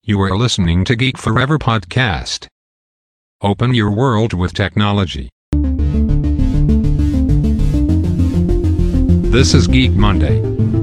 You are listening to Geek Forever podcast. Open your world with technology. This is Geek Monday.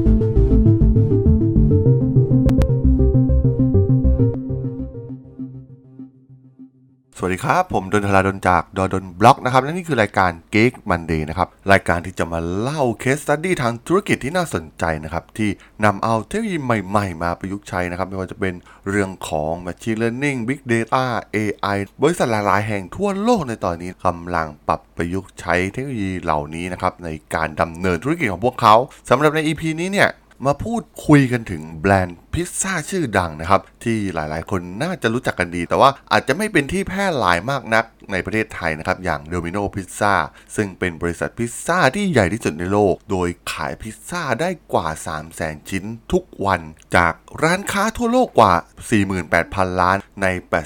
สวัสดีครับผมดนทราดนจากดนบล็อกนะครับและนี่คือรายการ Geek Monday นะครับรายการที่จะมาเล่าเคสสตั๊ดดี้ทางธุรกิจที่น่าสนใจนะครับที่นำเอาเทคโนโลยีใหม่ๆมาประยุกต์ใช้นะครับไม่ว่าจะเป็นเรื่องของ Machine Learning Big Data AI บริษัทหลายๆแห่งทั่วโลกในตอนนี้กำลังปรับประยุกต์ใช้เทคโนโลยีเหล่านี้นะครับในการดำเนินธุรกิจของพวกเขาสำหรับใน EP นี้เนี่ยมาพูดคุยกันถึงแบรนด์พิซซ่าชื่อดังนะครับที่หลายๆคนน่าจะรู้จักกันดีแต่ว่าอาจจะไม่เป็นที่แพร่หลายมากนักในประเทศไทยนะครับอย่างโดมิโนพิซซ่าซึ่งเป็นบริษัทพิซซ่าที่ใหญ่ที่สุดในโลกโดยขายพิซซ่าได้กว่า 300,000 ชิ้นทุกวันจากร้านค้าทั่วโลกกว่า 48,000 ร้านใน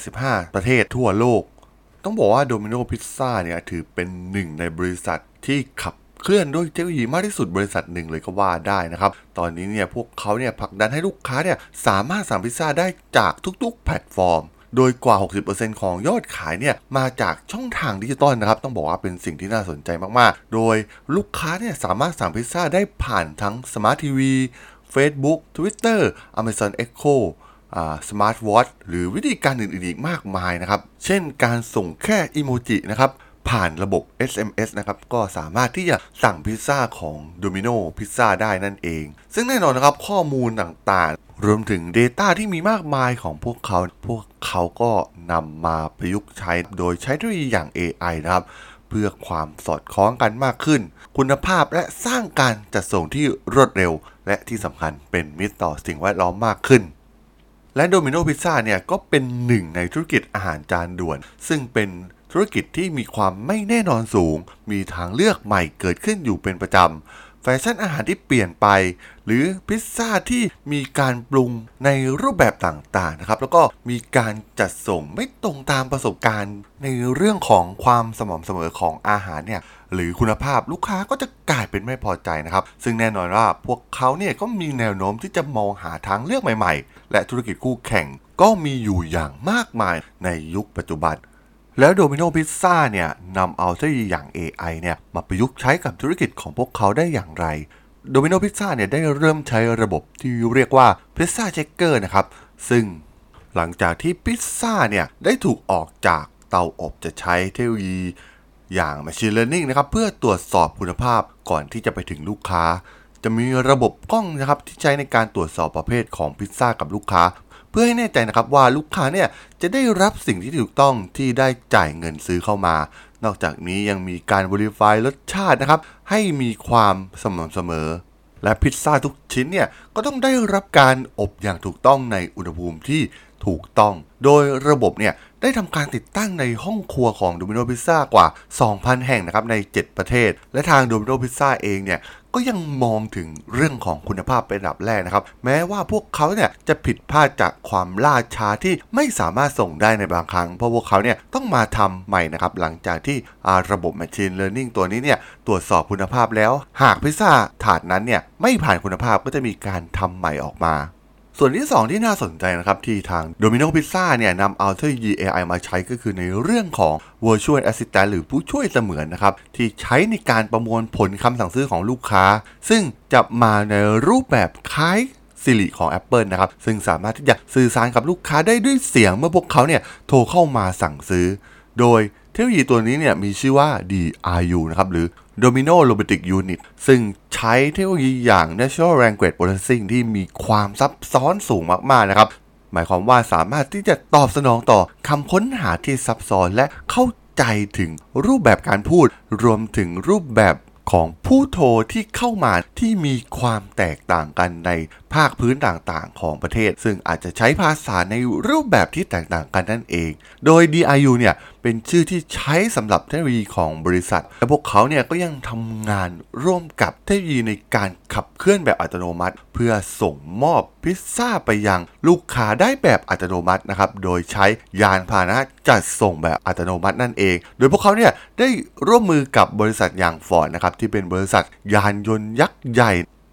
85 ประเทศทั่วโลกต้องบอกว่าโดมิโนพิซซ่าเนี่ยถือเป็นหนึ่งในบริษัทที่ขับเคลื่อนด้วยเทคโนโลยีมากที่สุดบริษัทหนึ่งเลยก็ว่าได้นะครับตอนนี้เนี่ยพวกเขาเนี่ยผลักดันให้ลูกค้าเนี่ยสามารถสั่งพิซซ่าได้จากทุกๆแพลตฟอร์มโดยกว่า 60% ของยอดขายเนี่ยมาจากช่องทางดิจิตอลนะครับต้องบอกว่าเป็นสิ่งที่น่าสนใจมากๆโดยลูกค้าเนี่ยสามารถสั่งพิซซ่าได้ผ่านทั้งสมาร์ททีวี Facebook Twitter Amazon Echo Smart Watch หรือวิธีการอื่นๆอีกมากมายนะครับเช่นการส่งแค่อีโมจินะครับผ่านระบบ SMS นะครับก็สามารถที่จะสั่งพิซซ่าของ Domino Pizza ได้นั่นเองซึ่งแน่นอนนะครับข้อมูลต่างๆรวมถึง Data ที่มีมากมายของพวกเขาก็นำมาประยุกต์ใช้โดยใช้เทคโนโลยีอย่าง AI นะครับเพื่อความสอดคล้องกันมากขึ้นคุณภาพและสร้างการจัดส่งที่รวดเร็วและที่สำคัญเป็นมิตรต่อสิ่งแวดล้อมมากขึ้นและโดมิโนพิซซ่าเนี่ยก็เป็นหนึ่งในธุรกิจอาหารจานด่วนซึ่งเป็นธุรกิจที่มีความไม่แน่นอนสูงมีทางเลือกใหม่เกิดขึ้นอยู่เป็นประจำแฟชั่นอาหารที่เปลี่ยนไปหรือพิซซ่าที่มีการปรุงในรูปแบบต่างๆนะครับแล้วก็มีการจัดส่งไม่ตรงตามประสบการณ์ในเรื่องของความสม่ำเสมอของอาหารเนี่ยหรือคุณภาพลูกค้าก็จะกลายเป็นไม่พอใจนะครับซึ่งแน่นอนว่าพวกเขาเนี่ยก็มีแนวโน้มที่จะมองหาทางเลือกใหม่ๆและธุรกิจคู่แข่งก็มีอยู่อย่างมากมายในยุคปัจจุบันแล้วโดมิโนพิซซ่าเนี่ยนำเอาเทคโนโลยีอย่าง AI เนี่ยมาประยุกต์ใช้กับธุรกิจของพวกเขาได้อย่างไรโดมิโนพิซซ่าเนี่ยได้เริ่มใช้ระบบที่เรียกว่าพิซซ่าเช็คเกอร์นะครับซึ่งหลังจากที่พิซซ่าเนี่ยได้ถูกออกจากเตาอบจะใช้เทคโนโลยีอย่าง Machine Learning นะครับเพื่อตรวจสอบคุณภาพก่อนที่จะไปถึงลูกค้าจะมีระบบกล้องนะครับที่ใช้ในการตรวจสอบประเภทของพิซซ่ากับลูกค้าเพื่อให้แน่ใจนะครับว่าลูกค้าเนี่ยจะได้รับสิ่งที่ถูกต้องที่ได้จ่ายเงินซื้อเข้ามานอกจากนี้ยังมีการ verify รสชาตินะครับให้มีความสม่ำเสมอและพิซซ่าทุกชิ้นเนี่ยก็ต้องได้รับการอบอย่างถูกต้องในอุณหภูมิที่ถูกต้องโดยระบบเนี่ยได้ทำการติดตั้งในห้องครัวของ Domino Pizza กว่า 2,000 แห่งนะครับใน 7 ประเทศและทาง Domino Pizza เองเนี่ยก็ยังมองถึงเรื่องของคุณภาพเป็นอันดับแรกนะครับแม้ว่าพวกเขาเนี่ยจะผิดพลาดจากความล่าช้าที่ไม่สามารถส่งได้ในบางครั้งเพราะพวกเขาเนี่ยต้องมาทำใหม่นะครับหลังจากที่ระบบ Machine Learning ตัวนี้เนี่ยตรวจสอบคุณภาพแล้วหากพิซซ่าถาดนั้นเนี่ยไม่ผ่านคุณภาพก็จะมีการทำใหม่ออกมาส่วนที่2ที่น่าสนใจนะครับที่ทาง Domino Pizza เนี่ยนำเอาเทคโนโลยี AI มาใช้ก็คือในเรื่องของ Virtual Assistant หรือผู้ช่วยเสมือนนะครับที่ใช้ในการประมวลผลคำสั่งซื้อของลูกค้าซึ่งจะมาในรูปแบบคล้าย Siri ของ Apple นะครับซึ่งสามารถที่จะสื่อสารกับลูกค้าได้ด้วยเสียงเมื่อพวกเขาเนี่ยโทรเข้ามาสั่งซื้อโดยเทคโนโลยีตัวนี้เนี่ยมีชื่อว่า DRU นะครับหรือ Domino Robotic Unit ซึ่งใช้เทคโนโลยีอย่าง Natural Language Processing ที่มีความซับซ้อนสูงมากๆนะครับหมายความว่าสามารถที่จะตอบสนองต่อคำค้นหาที่ซับซ้อนและเข้าใจถึงรูปแบบการพูดรวมถึงรูปแบบของผู้โทรที่เข้ามาที่มีความแตกต่างกันในภาคพื้นต่างๆของประเทศซึ่งอาจจะใช้ภาษาในรูปแบบที่แตกต่างกันนั่นเองโดย DRU เนี่ยเป็นชื่อที่ใช้สำหรับเทคโนโลยีของบริษัทและพวกเขาเนี่ยก็ยังทำงานร่วมกับเทคโนโลยีในการขับเคลื่อนแบบอัตโนมัติเพื่อส่งมอบพิซซ่าไปยังลูกค้าได้แบบอัตโนมัตินะครับโดยใช้ยานพาหนะจัดส่งแบบอัตโนมัตินั่นเองโดยพวกเขาเนี่ยได้ร่วมมือกับบริษัทอย่าง Ford นะครับที่เป็นบริษัทยานยนต์ยักษ์ใหญ่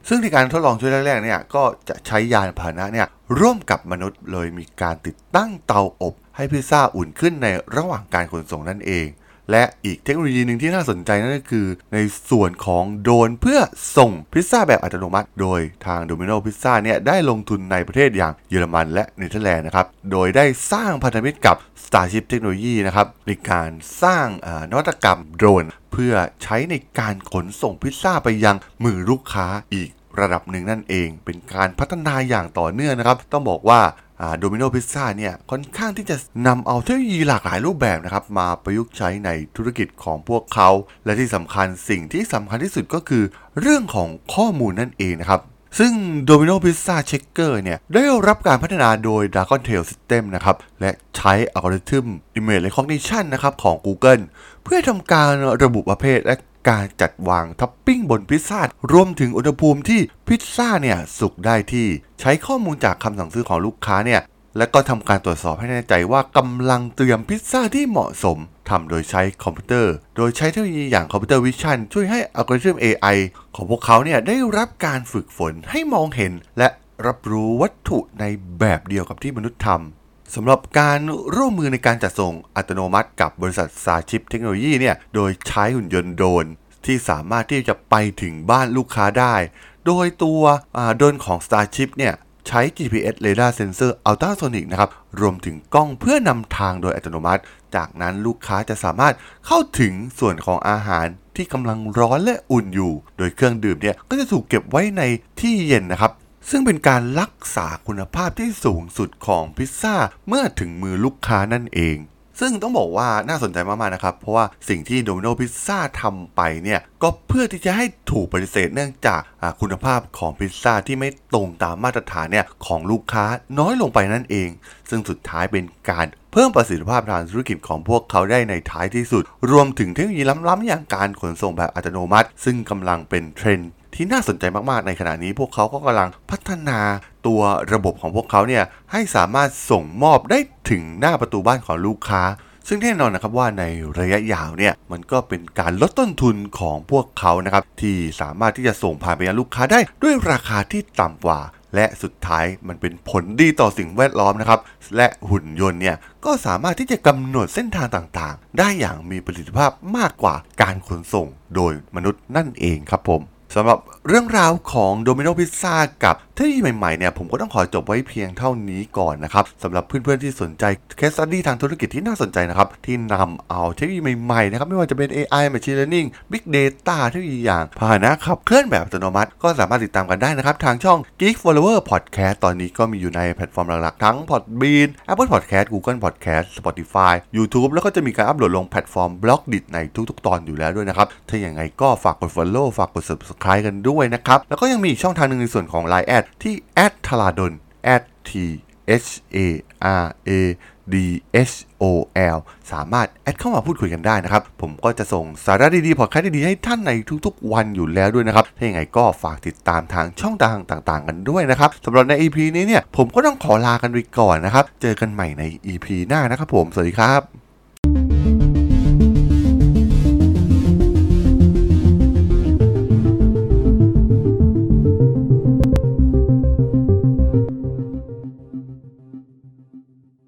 ซึ่งในการทดลองช่วงแรกๆเนี่ยก็จะใช้ยานพาหนะเนี่ยร่วมกับมนุษย์เลยมีการติดตั้งเตาอบให้พิซซ่าอุ่นขึ้นในระหว่างการขนส่งนั่นเองและอีกเทคโนโลยีหนึ่งที่น่าสนใจนั่นก็คือในส่วนของโดรนเพื่อส่งพิซซ่าแบบอัตโนมัติโดยทาง Domino Pizza เนี่ยได้ลงทุนในประเทศอย่างเยอรมันและเนเธอร์แลนด์นะครับโดยได้สร้างพันธมิตรกับ Starship Technology นะครับในการสร้างนวัตกรรมโดรนเพื่อใช้ในการขนส่งพิซซ่าไปยังมือลูกค้าอีกระดับหนึ่งนั่นเองเป็นการพัฒนาอย่างต่อเนื่องนะครับต้องบอกว่าโดมิโนพิซซ่าเนี่ยค่อนข้างที่จะนำเอาเทคโนโลยีหลากหลายรูปแบบนะครับมาประยุกต์ใช้ในธุรกิจของพวกเขาและที่สำคัญสิ่งที่สำคัญที่สุดก็คือเรื่องของข้อมูลนั่นเองนะครับซึ่ง Domino Pizza Checker เนี่ยได้รับการพัฒนาโดย Dragontail System นะครับและใช้อัลกอริทึม Image Recognition นะครับของ Google เพื่อทำการระบุประเภทและการจัดวางท็อปปิ้งบนพิซซ่ารวมถึงอุณหภูมิที่พิซซ่าเนี่ยสุกได้ที่ใช้ข้อมูลจากคำสั่งซื้อของลูกค้าเนี่ยและก็ทำการตรวจสอบให้แน่ใจว่ากำลังเตรียมพิซซ่าที่เหมาะสมทำโดยใช้คอมพิวเตอร์โดยใช้เทคโนโลยีอย่างคอมพิวเตอร์วิชั่นช่วยให้อัลกอริทึม AI ของพวกเขาเนี่ยได้รับการฝึกฝนให้มองเห็นและรับรู้วัตถุในแบบเดียวกับที่มนุษย์ทำสำหรับการร่วมมือในการจัดส่งอัตโนมัติกับบริษัท Starship Technology เนี่ยโดยใช้หุ่นยนต์โดรนที่สามารถที่จะไปถึงบ้านลูกค้าได้โดยตัวโดรนของ Starship เนี่ยใช้ GPS Radar Sensor Ultrasonic นะครับรวมถึงกล้องเพื่อนำทางโดยอัตโนมัติจากนั้นลูกค้าจะสามารถเข้าถึงส่วนของอาหารที่กำลังร้อนและอุ่นอยู่โดยเครื่องดื่มเนี่ยก็จะถูกเก็บไว้ในที่เย็นนะครับซึ่งเป็นการรักษาคุณภาพที่สูงสุดของพิซซ่าเมื่อถึงมือลูกค้านั่นเองซึ่งต้องบอกว่าน่าสนใจมากๆนะครับเพราะว่าสิ่งที่ Domino Pizza ทำไปเนี่ยก็เพื่อที่จะให้ถูกปฏิเสธเนื่องจากคุณภาพของพิซซ่าที่ไม่ตรงตามมาตรฐานเนี่ยของลูกค้าน้อยลงไปนั่นเองซึ่งสุดท้ายเป็นการเพิ่มประสิทธิภาพทางธุรกิจของพวกเขาได้ในท้ายที่สุดรวมถึงเทคโนโลยีล้ำๆอย่างการขนส่งแบบอัตโนมัติซึ่งกำลังเป็นเทรนด์ที่น่าสนใจมากๆในขณะนี้พวกเขาก็กำลังพัฒนาตัวระบบของพวกเขาเนี่ยให้สามารถส่งมอบได้ถึงหน้าประตูบ้านของลูกค้าซึ่งแน่นอนนะครับว่าในระยะยาวเนี่ยมันก็เป็นการลดต้นทุนของพวกเขานะครับที่สามารถที่จะส่งผ่านไปยังลูกค้าได้ด้วยราคาที่ต่ำกว่าและสุดท้ายมันเป็นผลดีต่อสิ่งแวดล้อมนะครับและหุ่นยนต์เนี่ยก็สามารถที่จะกำหนดเส้นทางต่างๆได้อย่างมีประสิทธิภาพมากกว่าการขนส่งโดยมนุษย์นั่นเองครับผมสำหรับเรื่องราวของ Domino Pizza กับเทคโนโลยีใหม่ๆเนี่ยผมก็ต้องขอจบไว้เพียงเท่านี้ก่อนนะครับสำหรับเพื่อนๆที่สนใจ Case Study ทางธุรกิจที่น่าสนใจนะครับที่นำเอาเทคโนโลยีใหม่ๆนะครับไม่ว่าจะเป็น AI Machine Learning Big Data เทคโนโลยีอย่างพาหนะขับเคลื่อนแบบอัตโนมัติก็สามารถติดตามกันได้นะครับทางช่อง Geek Flower Podcast ตอนนี้ก็มีอยู่ในแพลตฟอร์มหลักๆทั้ง Podbean Apple Podcast Google Podcast Spotify YouTube แล้วก็จะมีการอัปโหลดลงแพลตฟอร์ม Blogdit ในทุกๆตอนอยู่แล้วด้วยนะครับถ้าอย่างไรก็ฝากกด Follow ฝากกด Subscribe กันด้วยนะครับแล้วก็ยังมีอีกช่องทางนึงในส่วนของ Line แอดที่@thradol @THARADHOL สามารถแอดเข้ามาพูดคุยกันได้นะครับผมก็จะส่งสาระดีๆพอดแคสต์ดีๆให้ท่านในทุกๆวันอยู่แล้วด้วยนะครับถ้าอย่างไรก็ฝากติดตามทางช่องทางต่างๆกันด้วยนะครับสำหรับใน EP นี้เนี่ยผมก็ต้องขอลากันไปก่อนนะครับเจอกันใหม่ใน EP หน้านะครับผมสวัสดีครับ